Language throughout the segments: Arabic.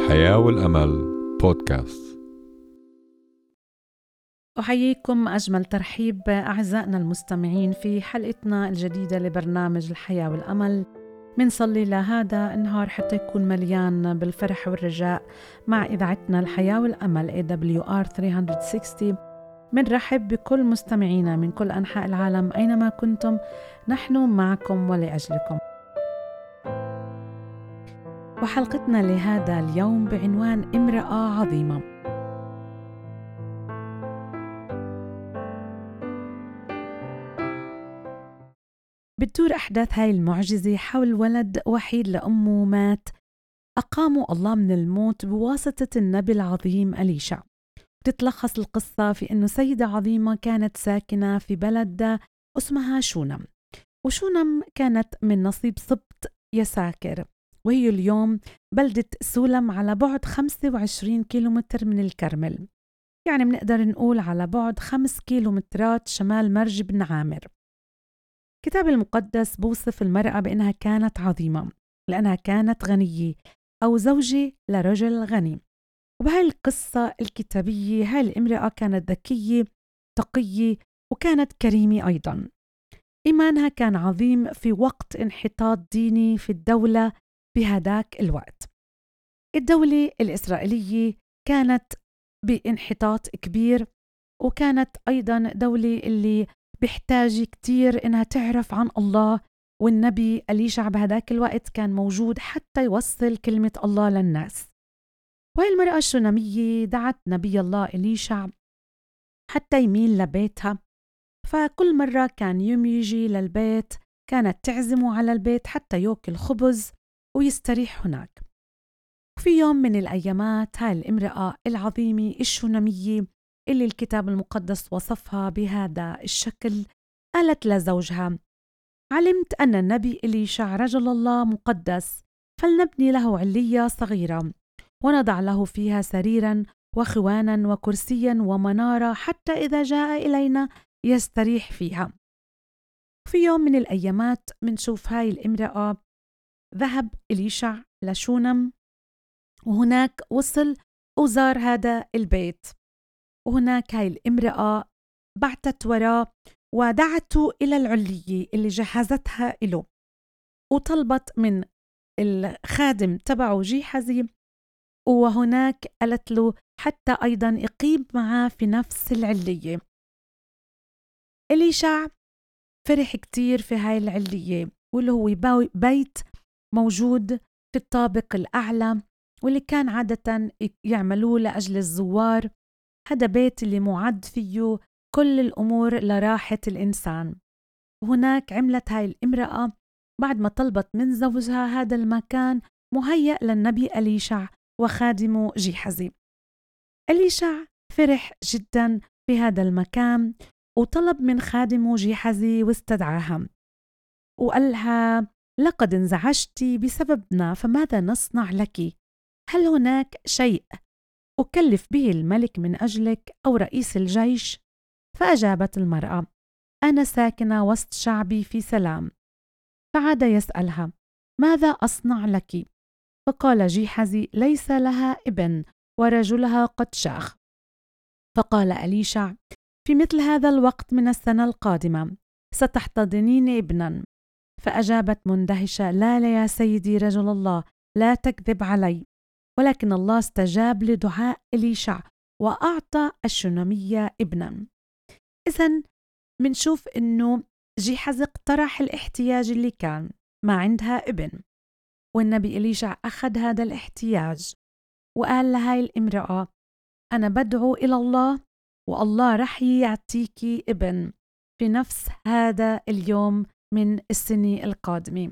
الحياة والأمل بودكاست. أحييكم أجمل ترحيب أعزائنا المستمعين في حلقتنا الجديدة لبرنامج الحياة والأمل. منصلي لهذا النهار حتى يكون مليان بالفرح والرجاء مع إذاعتنا الحياة والأمل AWR 360. منرحب بكل مستمعينا من كل أنحاء العالم أينما كنتم، نحن معكم ولأجلكم. وحلقتنا لهذا اليوم بعنوان امرأة عظيمة. بتدور أحداث هاي المعجزة حول ولد وحيد لأمه مات أقامه الله من الموت بواسطة النبي العظيم أليشع. بتتلخص القصة في أنه سيدة عظيمة كانت ساكنة في بلد اسمها شونم، وشونم كانت من نصيب سبط يساكر، وهي اليوم بلدة سولم على بعد 25 كيلومتر من الكرمل، يعني بنقدر نقول على بعد 5 كيلومترات شمال مرج بن عامر. الكتاب المقدس بوصف المرأة بأنها كانت عظيمة لأنها كانت غنية أو زوجة لرجل غني. وبهاي القصة الكتابية هاي الامرأة كانت ذكية تقية وكانت كريمة أيضا. إيمانها كان عظيم في وقت انحطاط ديني في الدولة بهداك الوقت. الدولة الإسرائيلية كانت بانحطاط كبير، وكانت أيضا دولة اللي بيحتاج كتير إنها تعرف عن الله، والنبي أليشع بهداك الوقت كان موجود حتى يوصل كلمة الله للناس. وهي المرأة الشونامية دعت نبي الله أليشع حتى يميل لبيتها، فكل مرة كان يوم يجي للبيت كانت تعزمه على البيت حتى يأكل خبز ويستريح هناك. وفي يوم من الأيامات هاي الامرأة العظيمة الشونامية اللي الكتاب المقدس وصفها بهذا الشكل قالت لزوجها: علمت أن النبي أليشع رجل الله مقدس، فلنبني له علية صغيرة ونضع له فيها سريرا وخوانا وكرسيا ومنارة حتى إذا جاء إلينا يستريح فيها. في يوم من الأيامات منشوف هاي الامرأة ذهب أليشع لشونم، وهناك وصل وزار هذا البيت، وهناك هاي الامرأة بعتت وراه ودعته إلى العلية اللي جهزتها له، وطلبت من الخادم تبعه جيحزي، وهناك قالت له حتى أيضا يقيم معاه في نفس العلية. أليشع فرح كتير في هاي العلية، واللي هو بيت موجود في الطابق الأعلى، واللي كان عادة يعملوه لأجل الزوار. هذا بيت اللي معد فيه كل الأمور لراحة الإنسان. وهناك عملت هاي الامرأة بعد ما طلبت من زوجها هذا المكان مهيأ للنبي أليشع وخادمه جيحزي. أليشع فرح جدا في هذا المكان، وطلب من خادمه جيحزي واستدعاها وقالها: لقد انزعجت بسببنا، فماذا نصنع لك؟ هل هناك شيء أكلف به الملك من أجلك أو رئيس الجيش؟ فأجابت المرأة: أنا ساكنة وسط شعبي في سلام. فعاد يسألها: ماذا أصنع لك؟ فقال جيحزي: ليس لها ابن ورجلها قد شاخ. فقال أليشع: في مثل هذا الوقت من السنة القادمة ستحتضنين ابنا. فأجابت مندهشة: لا يا سيدي رجل الله، لا تكذب علي. ولكن الله استجاب لدعاء أليشع وأعطى الشونامية ابنا. إذن منشوف إنه جيحزي اقترح الاحتياج اللي كان ما عندها ابن، والنبي أليشع أخذ هذا الاحتياج وقال لهاي الامرأة: أنا بدعو إلى الله والله رح يعطيكي ابن في نفس هذا اليوم من السنة القادمة.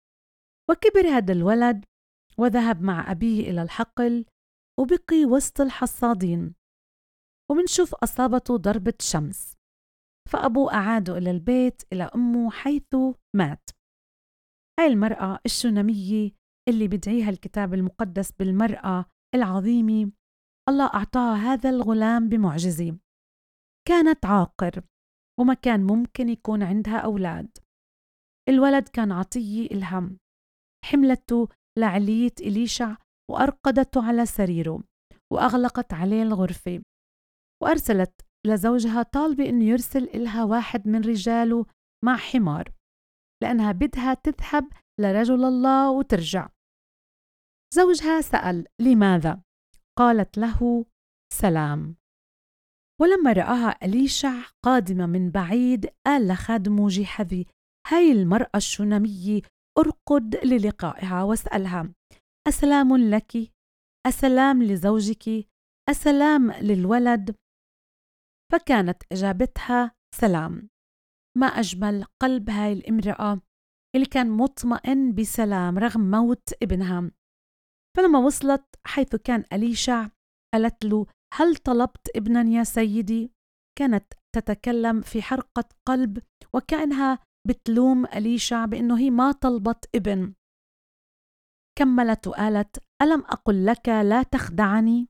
وكبر هذا الولد وذهب مع أبيه إلى الحقل وبقي وسط الحصادين، ومنشوف أصابته ضربة شمس، فأبوه أعاده إلى البيت إلى أمه حيث مات. هاي المرأة الشونامية اللي بدعيها الكتاب المقدس بالمرأة العظيمة، الله أعطاها هذا الغلام بمعجزة. كانت عاقر وما كان ممكن يكون عندها أولاد. الولد كان عطية إلهم، حملته لعلية أليشع وأرقدته على سريره وأغلقت عليه الغرفة، وأرسلت لزوجها طالبة إنه يرسل إلها واحد من رجاله مع حمار لأنها بدها تذهب لرجل الله وترجع. زوجها سأل لماذا؟ قالت له سلام. ولما رآها أليشع قادمة من بعيد قال لخادمه جيحذي: هاي المرأة الشونامية أرقد للقائها واسألها: أسلام لك؟ أسلام لزوجك؟ أسلام للولد؟ فكانت إجابتها سلام. ما أجمل قلب هاي الامرأة اللي كان مطمئن بسلام رغم موت ابنها. فلما وصلت حيث كان أليشع قالت له: هل طلبت ابنا يا سيدي؟ كانت تتكلم في حرقة قلب وكأنها بتلوم أليشع بأنه هي ما طلبت ابن. كملت وقالت: ألم أقل لك لا تخدعني؟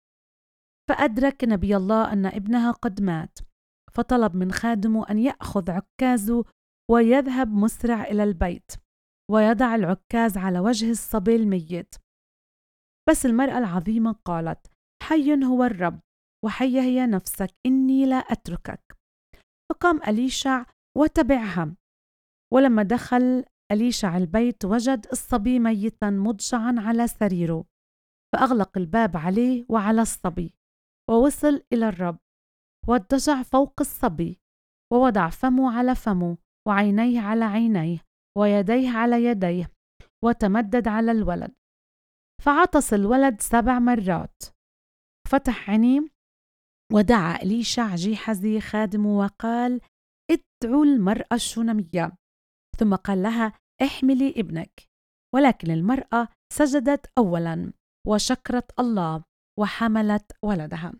فأدرك نبي الله أن ابنها قد مات، فطلب من خادمه أن يأخذ عكازه ويذهب مسرع إلى البيت ويضع العكاز على وجه الصبي الميت. بس المرأة العظيمة قالت: حي هو الرب وحي هي نفسك، إني لا أتركك. فقام أليشع وتبعها، ولما دخل أليشع البيت وجد الصبي ميتا مضجعا على سريره، فأغلق الباب عليه وعلى الصبي ووصل إلى الرب واضطجع فوق الصبي ووضع فمه على فمه وعينيه على عينيه ويديه على يديه وتمدد على الولد، فعطس الولد 7 مرات. فتح عينيه ودعا أليشع جيحزي خادمه وقال: ادعوا المرأة الشونامية. ثم قال لها: احملي ابنك. ولكن المرأة سجدت أولا وشكرت الله وحملت ولدها.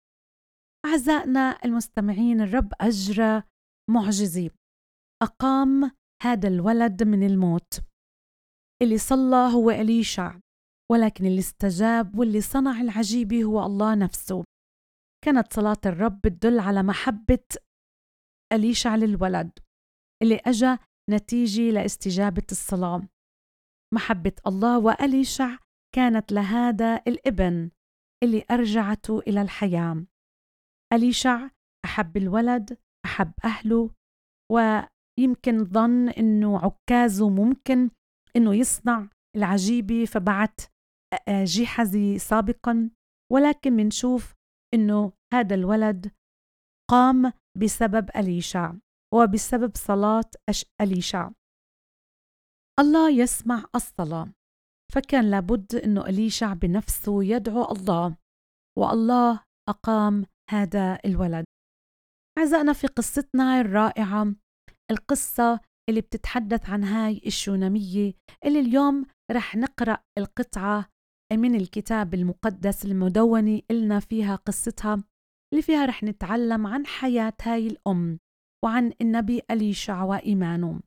أعزائنا المستمعين، الرب أجرى معجزة، أقام هذا الولد من الموت. اللي صلى هو أليشع، ولكن اللي استجاب واللي صنع العجيبة هو الله نفسه. كانت صلاة الرب بتدل على محبة أليشع للولد اللي أجا نتيجة لاستجابة الصلاة. محبة الله وأليشع كانت لهذا الابن اللي أرجعته إلى الحياة. أليشع أحب الولد، أحب أهله، ويمكن ظن إنه عكازه ممكن إنه يصنع العجيبة فبعت جيحزي سابقا، ولكن منشوف إنه هذا الولد قام بسبب أليشع وبسبب صلاة أليشع. الله يسمع الصلاة، فكان لابد إنه أليشع بنفسه يدعو الله، والله أقام هذا الولد. أعزائنا، في قصتنا الرائعة، القصة اللي بتتحدث عن هاي الشونامية اللي اليوم رح نقرأ القطعة من الكتاب المقدس المدونة إلنا فيها قصتها، اللي فيها رح نتعلم عن حياة هاي الأم وعن النبي أليشع وإيمانه.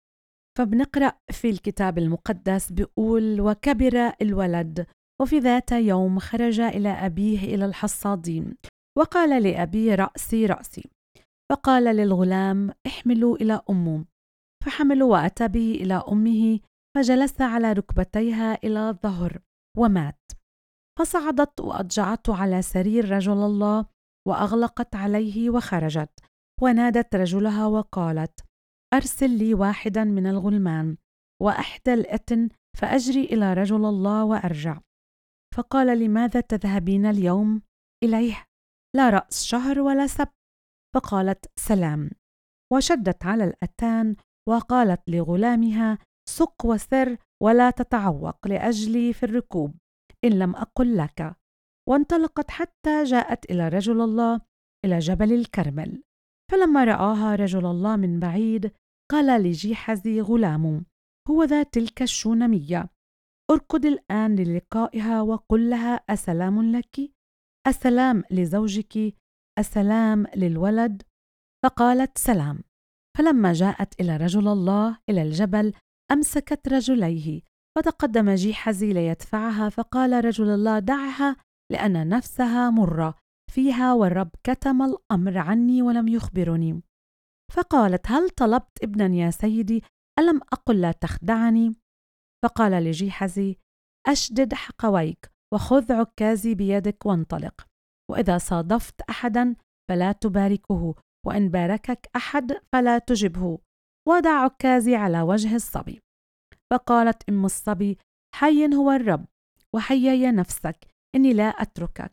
فبنقرأ في الكتاب المقدس بيقول: وكبر الولد، وفي ذات يوم خرج إلى أبيه إلى الحصادين، وقال لأبيه: رأسي رأسي. فقال للغلام: احملوا إلى أمه. فحملوا وأتى به إلى أمه، فجلس على ركبتيها إلى الظهر ومات. فصعدت وأضجعته على سرير رجل الله وأغلقت عليه وخرجت، ونادت رجلها وقالت: أرسل لي واحدا من الغلمان وأحدى الأتن فأجري إلى رجل الله وأرجع. فقال: لماذا تذهبين اليوم إليه؟ لا رأس شهر ولا سبت. فقالت: سلام. وشدت على الأتان وقالت لغلامها: سق وسر ولا تتعوق لأجلي في الركوب إن لم أقل لك. وانطلقت حتى جاءت إلى رجل الله إلى جبل الكرمل. فلما رآها رجل الله من بعيد قال لجيحزي غلامه: هو ذا تلك الشونامية، اركض الآن للقائها وقل لها: أسلام لك؟ أسلام لزوجك؟ أسلام للولد؟ فقالت: سلام. فلما جاءت إلى رجل الله إلى الجبل أمسكت رجليه، فتقدم جيحزي ليدفعها، فقال رجل الله: دعها، لأن نفسها مرة فيها، والرب كتم الأمر عني ولم يخبرني. فقالت: هل طلبت ابنا يا سيدي؟ ألم أقل لا تخدعني؟ فقال لجيحزي: أشدد حقويك وخذ عكازي بيدك وانطلق، وإذا صادفت أحدا فلا تباركه، وإن باركك أحد فلا تجبه، وضع عكازي على وجه الصبي. فقالت أم الصبي: حي هو الرب، وحيي نفسك، إني لا أتركك.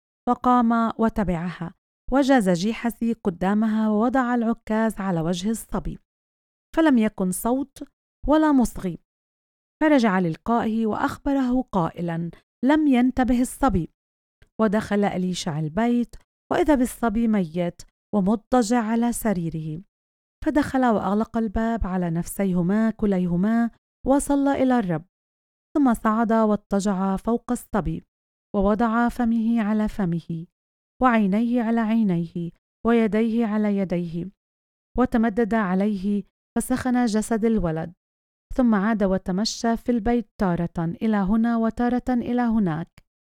فقام وتبعها، وجاز جيحزي قدامها ووضع العكاز على وجه الصبي، فلم يكن صوت ولا مصغي. فرجع للقائه وأخبره قائلا: لم ينتبه الصبي. ودخل أليشع البيت، وإذا بالصبي ميت ومضطجع على سريره. فدخل وأغلق الباب على نفسيهما كليهما، وصلى إلى الرب، ثم صعد واضطجع فوق الصبي، ووضع فمه على فمه، وعينيه على عينيه، ويديه على يديه، وتمدد عليه، فسخن جسد الولد. ثم عاد وتمشى في البيت تارة إلى هنا وتارة إلى هناك،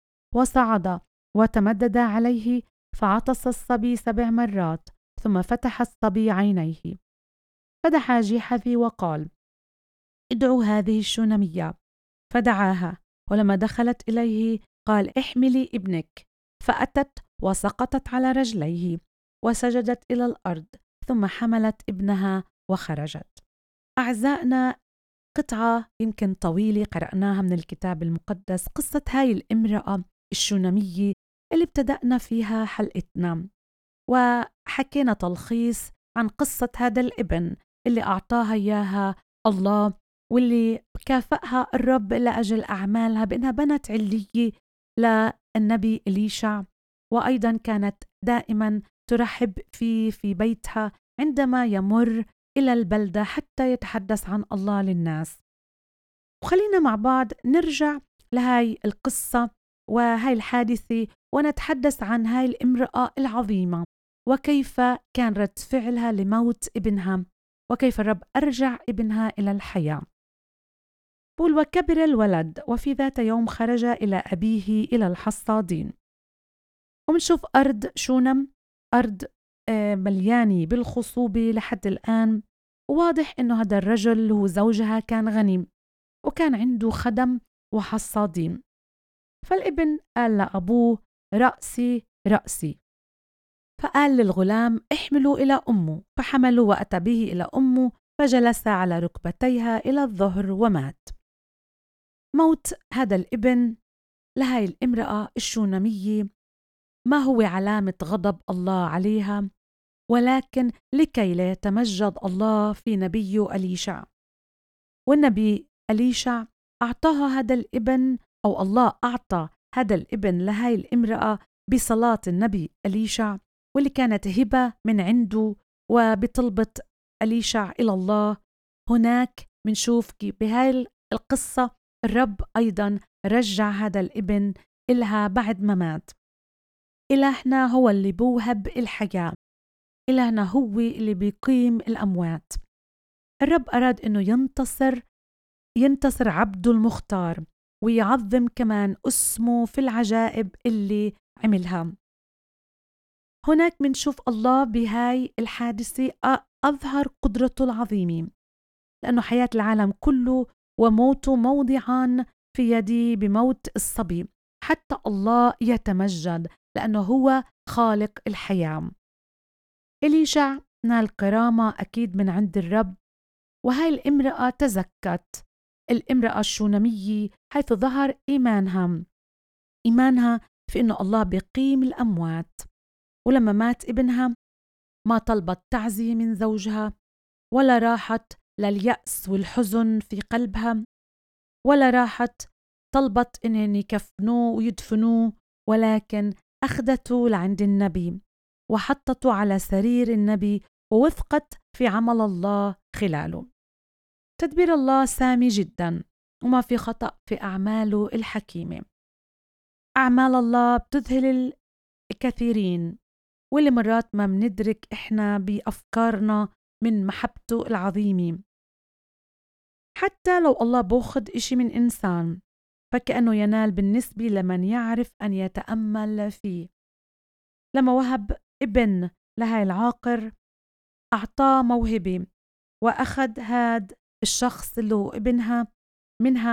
وصعد وتمدد عليه، فعطس الصبي 7 مرات، ثم فتح الصبي عينيه. فدعا جيحزي وقال: ادعوا هذه الشونمية. فدعاها، ولما دخلت إليه قال: احملي ابنك. فأتت وسقطت على رجليه وسجدت إلى الأرض، ثم حملت ابنها وخرجت. أعزائنا، قطعة يمكن طويلة قرأناها من الكتاب المقدس، قصة هاي الامرأة الشونمية اللي ابتدأنا فيها حلقتنا، وحكينا تلخيص عن قصة هذا الابن اللي أعطاها إياها الله، واللي كافأها الرب لأجل أعمالها بأنها بنت علية للنبي إليشع، وأيضا كانت دائما ترحب فيه في بيتها عندما يمر إلى البلدة حتى يتحدث عن الله للناس. وخلينا مع بعض نرجع لهاي القصة وهاي الحادثة، ونتحدث عن هاي الامرأة العظيمة، وكيف كان رد فعلها لموت ابنها، وكيف الرب أرجع ابنها إلى الحياة. بقول: وكبر الولد، وفي ذات يوم خرج إلى أبيه إلى الحصادين. ومنشوف أرض شونم أرض مليانة بالخصوبة لحد الآن، وواضح إنه هذا الرجل اللي هو زوجها كان غني، وكان عنده خدم وحصادين. فالابن قال لأبوه: رأسي رأسي. فقال للغلام: احملوا إلى أمه. فحملوا وأتى به إلى أمه، فجلس على ركبتيها إلى الظهر ومات. موت هذا الابن لهاي الامرأة الشونمية ما هو علامة غضب الله عليها، ولكن لكي لا يتمجد الله في نبيه أليشع. والنبي أليشع أعطاها هذا الابن، أو الله أعطى هذا الابن لهاي الامرأة بصلاة النبي أليشع، واللي كانت هبة من عنده وبطلبة أليشع إلى الله. هناك منشوف كيف بهاي القصة الرب أيضا رجع هذا الابن إلها بعد ما مات. إلهنا هو اللي بوهب الحياة، إلهنا هو اللي بيقيم الأموات. الرب أراد أنه ينتصر عبده المختار، ويعظم كمان اسمه في العجائب اللي عملها. هناك منشوف الله بهاي الحادثة أظهر قدرته العظيمة، لأنه حياة العالم كله وموته موضعان في يدي بموت الصبي، حتى الله يتمجد لأنه هو خالق الحياة. إليشع نال كرامة أكيد من عند الرب، وهاي الامرأة تزكت، الامرأة الشونمية، حيث ظهر إيمانها في أنه الله بيقيم الأموات. ولما مات ابنها ما طلبت تعزية من زوجها، ولا راحت لليأس والحزن في قلبها، ولا راحت طلبت إن يكفنوه ويدفنوه، ولكن أخذته لعند النبي وحطته على سرير النبي، ووثقت في عمل الله خلاله. تدبير الله سامي جدا، وما في خطأ في أعماله الحكيمة. أعمال الله بتذهل الكثيرين، واللي مرات ما بندرك إحنا بأفكارنا من محبته العظيمة. حتى لو الله بأخذ إشي من إنسان، فكأنه ينال بالنسبة لمن يعرف أن يتأمل فيه. لما وهب ابن لهاي العاقر، أعطاه موهبة، وأخذ هاد الشخص اللي هو ابنها منها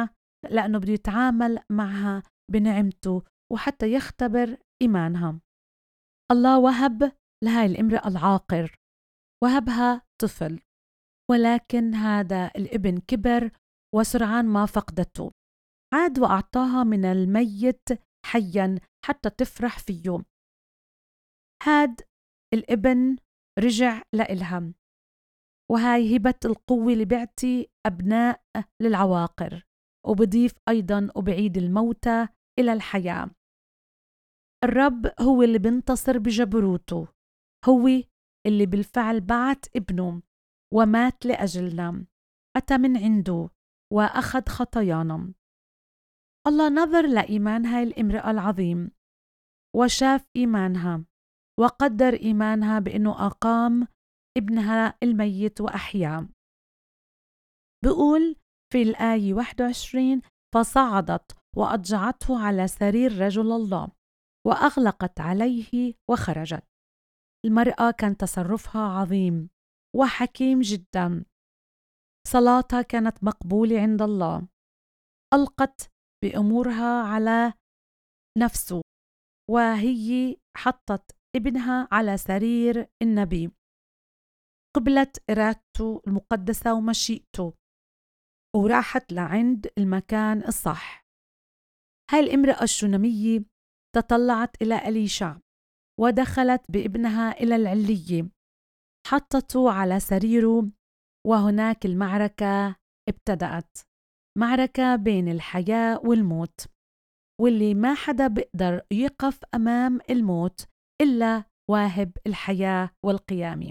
لأنه بده يتعامل معها بنعمته وحتى يختبر إيمانها. الله وهب لهاي الامرأة العاقر، وهبها طفل، ولكن هذا الابن كبر وسرعان ما فقدته، عاد وأعطاها من الميت حيا حتى تفرح فيه. هاد الابن رجع لإلها، وهاي هبة القوة اللي بيعطي أبناء للعواقر، وبضيف أيضا وبعيد الموتى إلى الحياة. الرب هو اللي بينتصر بجبروته، هو اللي بالفعل بعت ابنه ومات لأجلنا، أتى من عنده وأخذ خطايانا. الله نظر لإيمان هاي الامرأة العظيم وشاف إيمانها وقدر إيمانها بأنه أقام ابنها الميت وأحياه. بيقول في الآية 21: فصعدت وأضجعته على سرير رجل الله وأغلقت عليه وخرجت. المرأة كان تصرفها عظيم وحكيم جدا، صلاتها كانت مقبولة عند الله، ألقت بأمورها على نفسه، وهي حطت ابنها على سرير النبي، قبلت إرادته المقدسة ومشيئته، وراحت لعند المكان الصح. هاي الامرأة الشونمية تطلعت إلى أليشع ودخلت بابنها إلى العلية، حطته على سريره، وهناك المعركة ابتدأت، معركة بين الحياة والموت، واللي ما حدا بيقدر يقف أمام الموت إلا واهب الحياة والقيامة.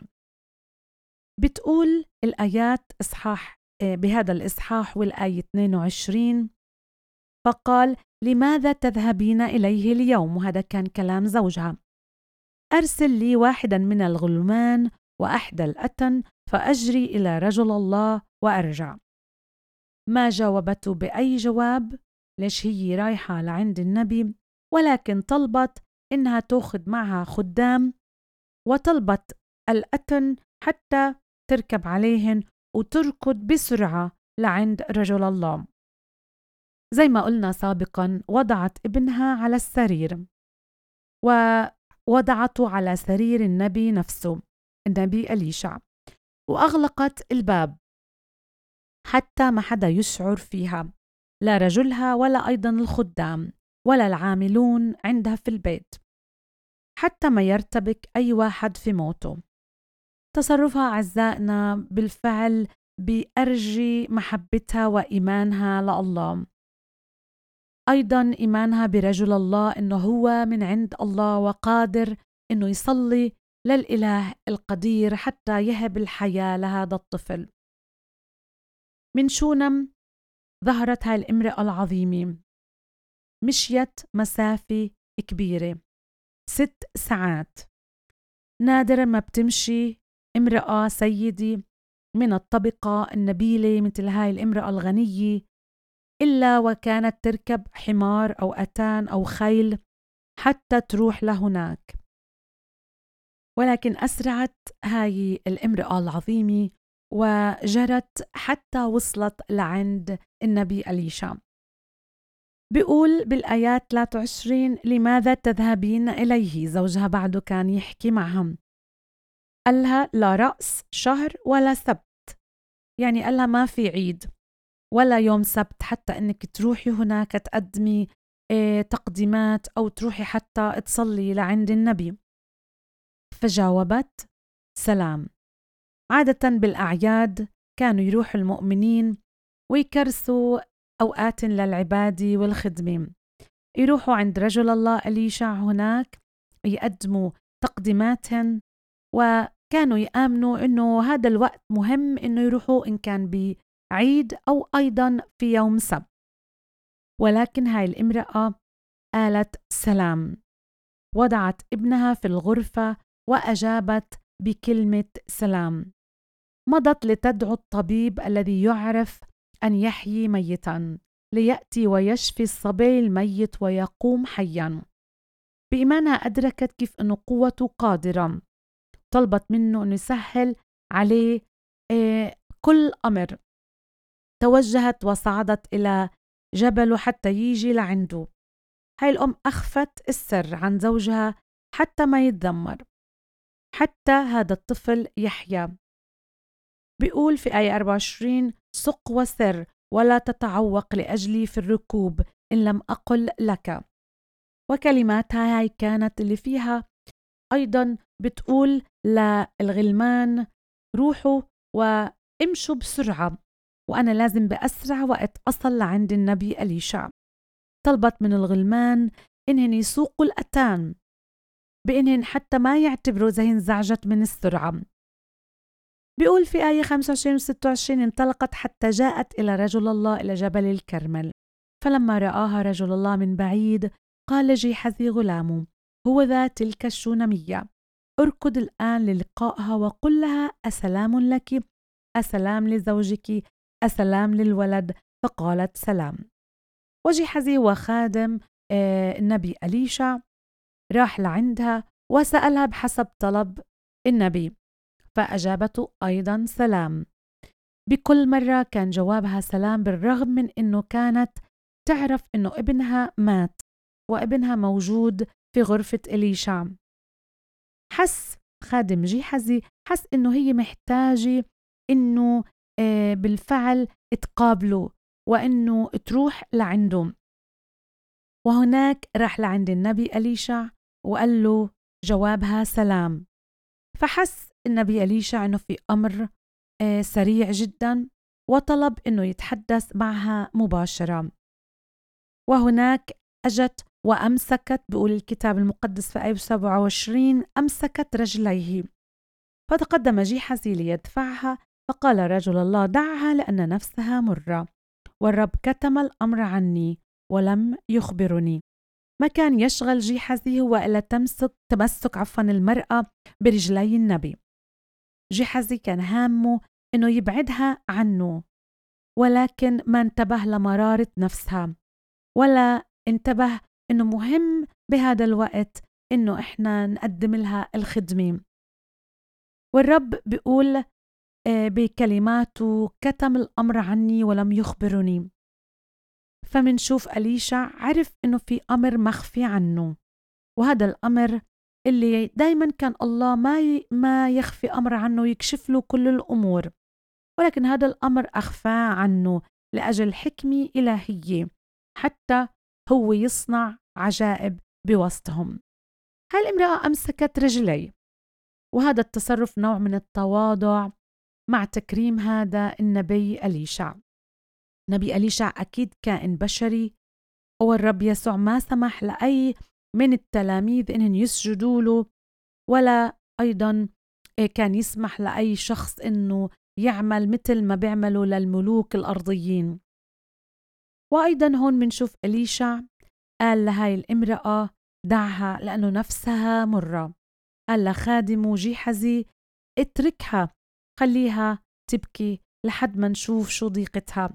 بتقول الآيات بهذا الإصحاح والآية 22: فقال: لماذا تذهبين إليه اليوم؟ وهذا كان كلام زوجها. أرسل لي واحدا من الغلمان وأحدى الأتن فأجري إلى رجل الله وأرجع. ما جاوبته بأي جواب، ليش هي رايحة لعند النبي، ولكن طلبت إنها تأخذ معها خدام، وطلبت الأتن حتى تركب عليهن وتركض بسرعة لعند رجل الله. زي ما قلنا سابقا، وضعت ابنها على السرير ووضعته على سرير النبي نفسه، النبي أليشع، وأغلقت الباب حتى ما حدا يشعر فيها، لا رجلها ولا أيضا الخدام ولا العاملون عندها في البيت، حتى ما يرتبك أي واحد في موته. تصرفها أعزائنا بالفعل بأرجي محبتها وإيمانها لله، أيضا إيمانها برجل الله إنه هو من عند الله وقادر إنه يصلي للإله القدير حتى يهب الحياة لهذا الطفل. من شونم ظهرت هاي الامرأة العظيمة، مشيت مسافة كبيرة 6 ساعات. نادرا ما بتمشي امرأة سيدة من الطبقة النبيلة مثل هاي الامرأة الغنية إلا وكانت تركب حمار أو أتان أو خيل حتى تروح لهناك، ولكن أسرعت هاي الامرأة العظيمة وجرت حتى وصلت لعند النبي أليشع. بيقول بالآيات 23: لماذا تذهبين إليه؟ زوجها بعده كان يحكي معهم، قالها لا رأس شهر ولا سبت، يعني قالها ما في عيد ولا يوم سبت حتى أنك تروحي هناك تقدمي تقديمات أو تروحي حتى تصلي لعند النبي. فجاوبت: سلام. عادة بالأعياد كانوا يروحوا المؤمنين ويكرسوا أوقات للعبادة والخدمة، يروحوا عند رجل الله أليشع هناك يقدموا تقديماتهم، وكانوا يآمنوا إنه هذا الوقت مهم إنه يروحوا إن كان بعيد أو أيضا في يوم سبت. ولكن هاي الامرأة قالت سلام، وضعت ابنها في الغرفة وأجابت بكلمة سلام. مضت لتدعو الطبيب الذي يعرف أن يحيي ميتا ليأتي ويشفي الصبي الميت ويقوم حيا. بإيمانها أدركت كيف أنه قوته قادرة، طلبت منه أنه يسهل عليه كل أمر. توجهت وصعدت إلى جبله حتى يجي لعنده. هاي الأم أخفت السر عن زوجها حتى ما يتذمر، حتى هذا الطفل يحيا. بيقول في آية 24: سق وسر ولا تتعوق لأجلي في الركوب إن لم أقل لك. وكلماتها هاي كانت اللي فيها أيضا بتقول للغلمان: روحوا وامشوا بسرعة، وأنا لازم بأسرع وقت أصل لعند النبي أليشع. طلبت من الغلمان إنهن يسوقوا الأتان، بإنهن حتى ما يعتبروا زي انزعجت من السرعة. بيقول في آية 25 و 26: انطلقت حتى جاءت إلى رجل الله إلى جبل الكرمل، فلما رآها رجل الله من بعيد قال جيحزي غلامه: هو ذا تلك الشونمية، اركض الآن للقائها وقل لها: أسلام لك؟ أسلام لزوجك؟ أسلام للولد؟ فقالت: سلام. وجيحزي وخادم النبي أليشع راح لعندها وسألها بحسب طلب النبي، فأجابته أيضا سلام. بكل مرة كان جوابها سلام، بالرغم من أنه كانت تعرف أنه ابنها مات وابنها موجود في غرفة إليشع. حس خادم جيحزي حس أنه هي محتاجة أنه بالفعل تقابله وأنه تروح لعنده. وهناك راح لعند النبي أليشع وقال له جوابها سلام. فحس النبي أليشع أنه في أمر سريع جدا، وطلب أنه يتحدث معها مباشرة. وهناك أجت وأمسكت، بيقول الكتاب المقدس في آية 27: أمسكت رجليه، فتقدم جيحزي ليدفعها، فقال رجل الله: دعها لأن نفسها مرة، والرب كتم الأمر عني ولم يخبرني. ما كان يشغل جيحزي هو إلا تمسك المرأة برجلي النبي. جيحزي كان هامه إنه يبعدها عنه، ولكن ما انتبه لمرارة نفسها، ولا انتبه إنه مهم بهذا الوقت إنه إحنا نقدم لها الخدمة. والرب بيقول بكلماته: كتم الأمر عني ولم يخبرني. فمنشوف أليشع عرف إنه في أمر مخفي عنه، وهذا الأمر اللي دايما كان الله ما يخفي أمر عنه، يكشف له كل الأمور، ولكن هذا الأمر أخفى عنه لأجل حكمة إلهية، حتى هو يصنع عجائب بوسطهم. هاي الامرأة أمسكت رجلي، وهذا التصرف نوع من التواضع مع تكريم هذا النبي أليشع. نبي أليشع أكيد كائن بشري، والرب يسوع ما سمح لأي من التلاميذ إنهم يسجدوا له، ولا أيضا كان يسمح لأي شخص إنه يعمل مثل ما بيعملوا للملوك الأرضيين. وأيضا هون منشوف أليشع قال لهاي الامرأة: دعها لأنه نفسها مرة. قال لخادمه جيحزي: اتركها، خليها تبكي لحد ما نشوف شو ضيقتها.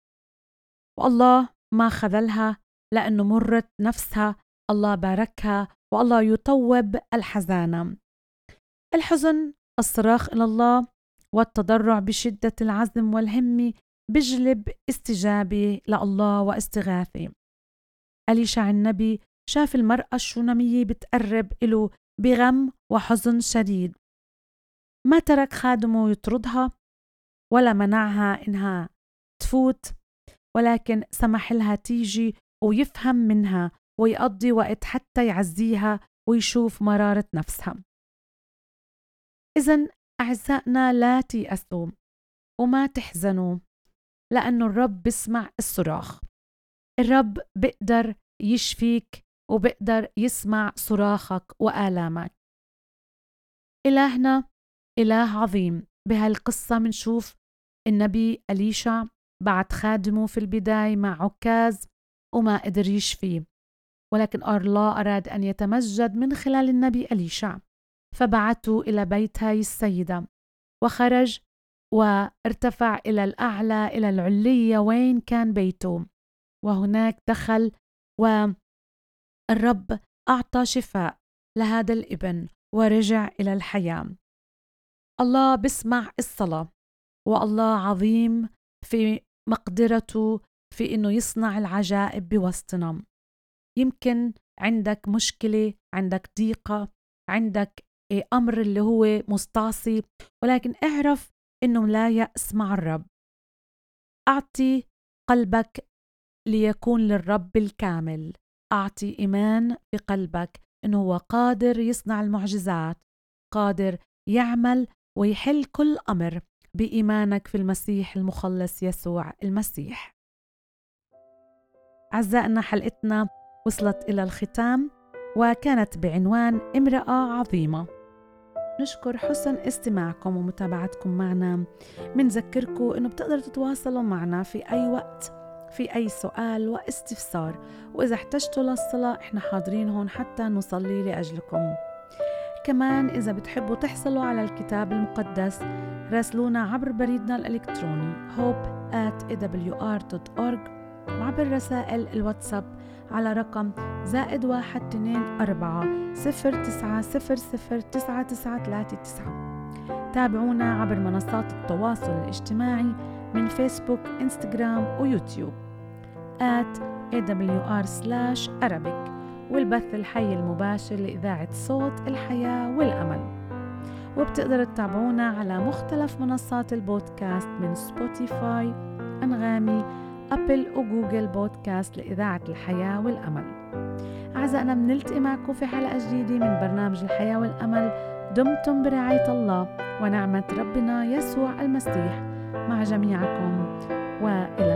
والله ما خذلها لأنه مرت نفسها، الله باركها، والله يطوب الحزانة. الحزن، الصراخ إلى الله والتضرع بشدة العزم والهمة بجلب استجابة لله واستغاثة. أليشع النبي شاف المرأة الشونمية بتقرب إله بغم وحزن شديد. ما ترك خادمه يطردها ولا منعها إنها تفوت، ولكن سمح لها تيجي ويفهم منها ويقضي وقت حتى يعزيها ويشوف مرارة نفسها. إذن أعزائنا، لا تيأسوا وما تحزنوا، لأنه الرب بيسمع الصراخ. الرب بيقدر يشفيك وبيقدر يسمع صراخك وآلامك. إلهنا إله عظيم. بهالقصة منشوف النبي أليشع بعت خادمه في البداية مع عكاز وما قدر يشفيه، ولكن الله أراد أن يتمجد من خلال النبي أليشع، فبعته إلى بيت هاي السيدة، وخرج وارتفع إلى الأعلى إلى العلية وين كان بيته، وهناك دخل والرب أعطى شفاء لهذا الابن ورجع إلى الحياة. الله بسمع الصلاة، والله عظيم في مقدرته في إنه يصنع العجائب بوسطنا. يمكن عندك مشكلة، عندك ضيقة، عندك أمر اللي هو مستعصي، ولكن اعرف إنه لا يأس مع الرب. أعطي قلبك ليكون للرب الكامل. أعطي إيمان في قلبك إنه هو قادر يصنع المعجزات، قادر يعمل ويحل كل أمر بإيمانك في المسيح المخلص يسوع المسيح. أعزائنا، حلقتنا وصلت إلى الختام وكانت بعنوان امرأة عظيمة. نشكر حسن استماعكم ومتابعتكم معنا. منذكركم إنه بتقدروا تتواصلوا معنا في أي وقت في أي سؤال واستفسار، وإذا احتجتوا للصلاة إحنا حاضرين هون حتى نصلي لأجلكم. كمان إذا بتحبوا تحصلوا على الكتاب المقدس راسلونا عبر بريدنا الإلكتروني hope@awr.org، وعبر رسائل الواتساب على رقم +1 2 4 0 9 0 0 9 9 3 9. تابعونا عبر منصات التواصل الاجتماعي من فيسبوك، إنستغرام ويوتيوب @awr/Arabic، والبث الحي المباشر لإذاعة صوت الحياة والأمل. وبتقدروا تتابعونا على مختلف منصات البودكاست من سبوتيفاي، أنغامي، أبل وجوجل بودكاست لإذاعة الحياة والأمل. أعزائنا، بنلتقي معكم في حلقة جديدة من برنامج الحياة والأمل. دمتم برعاية الله ونعمة ربنا يسوع المسيح مع جميعكم، وإلى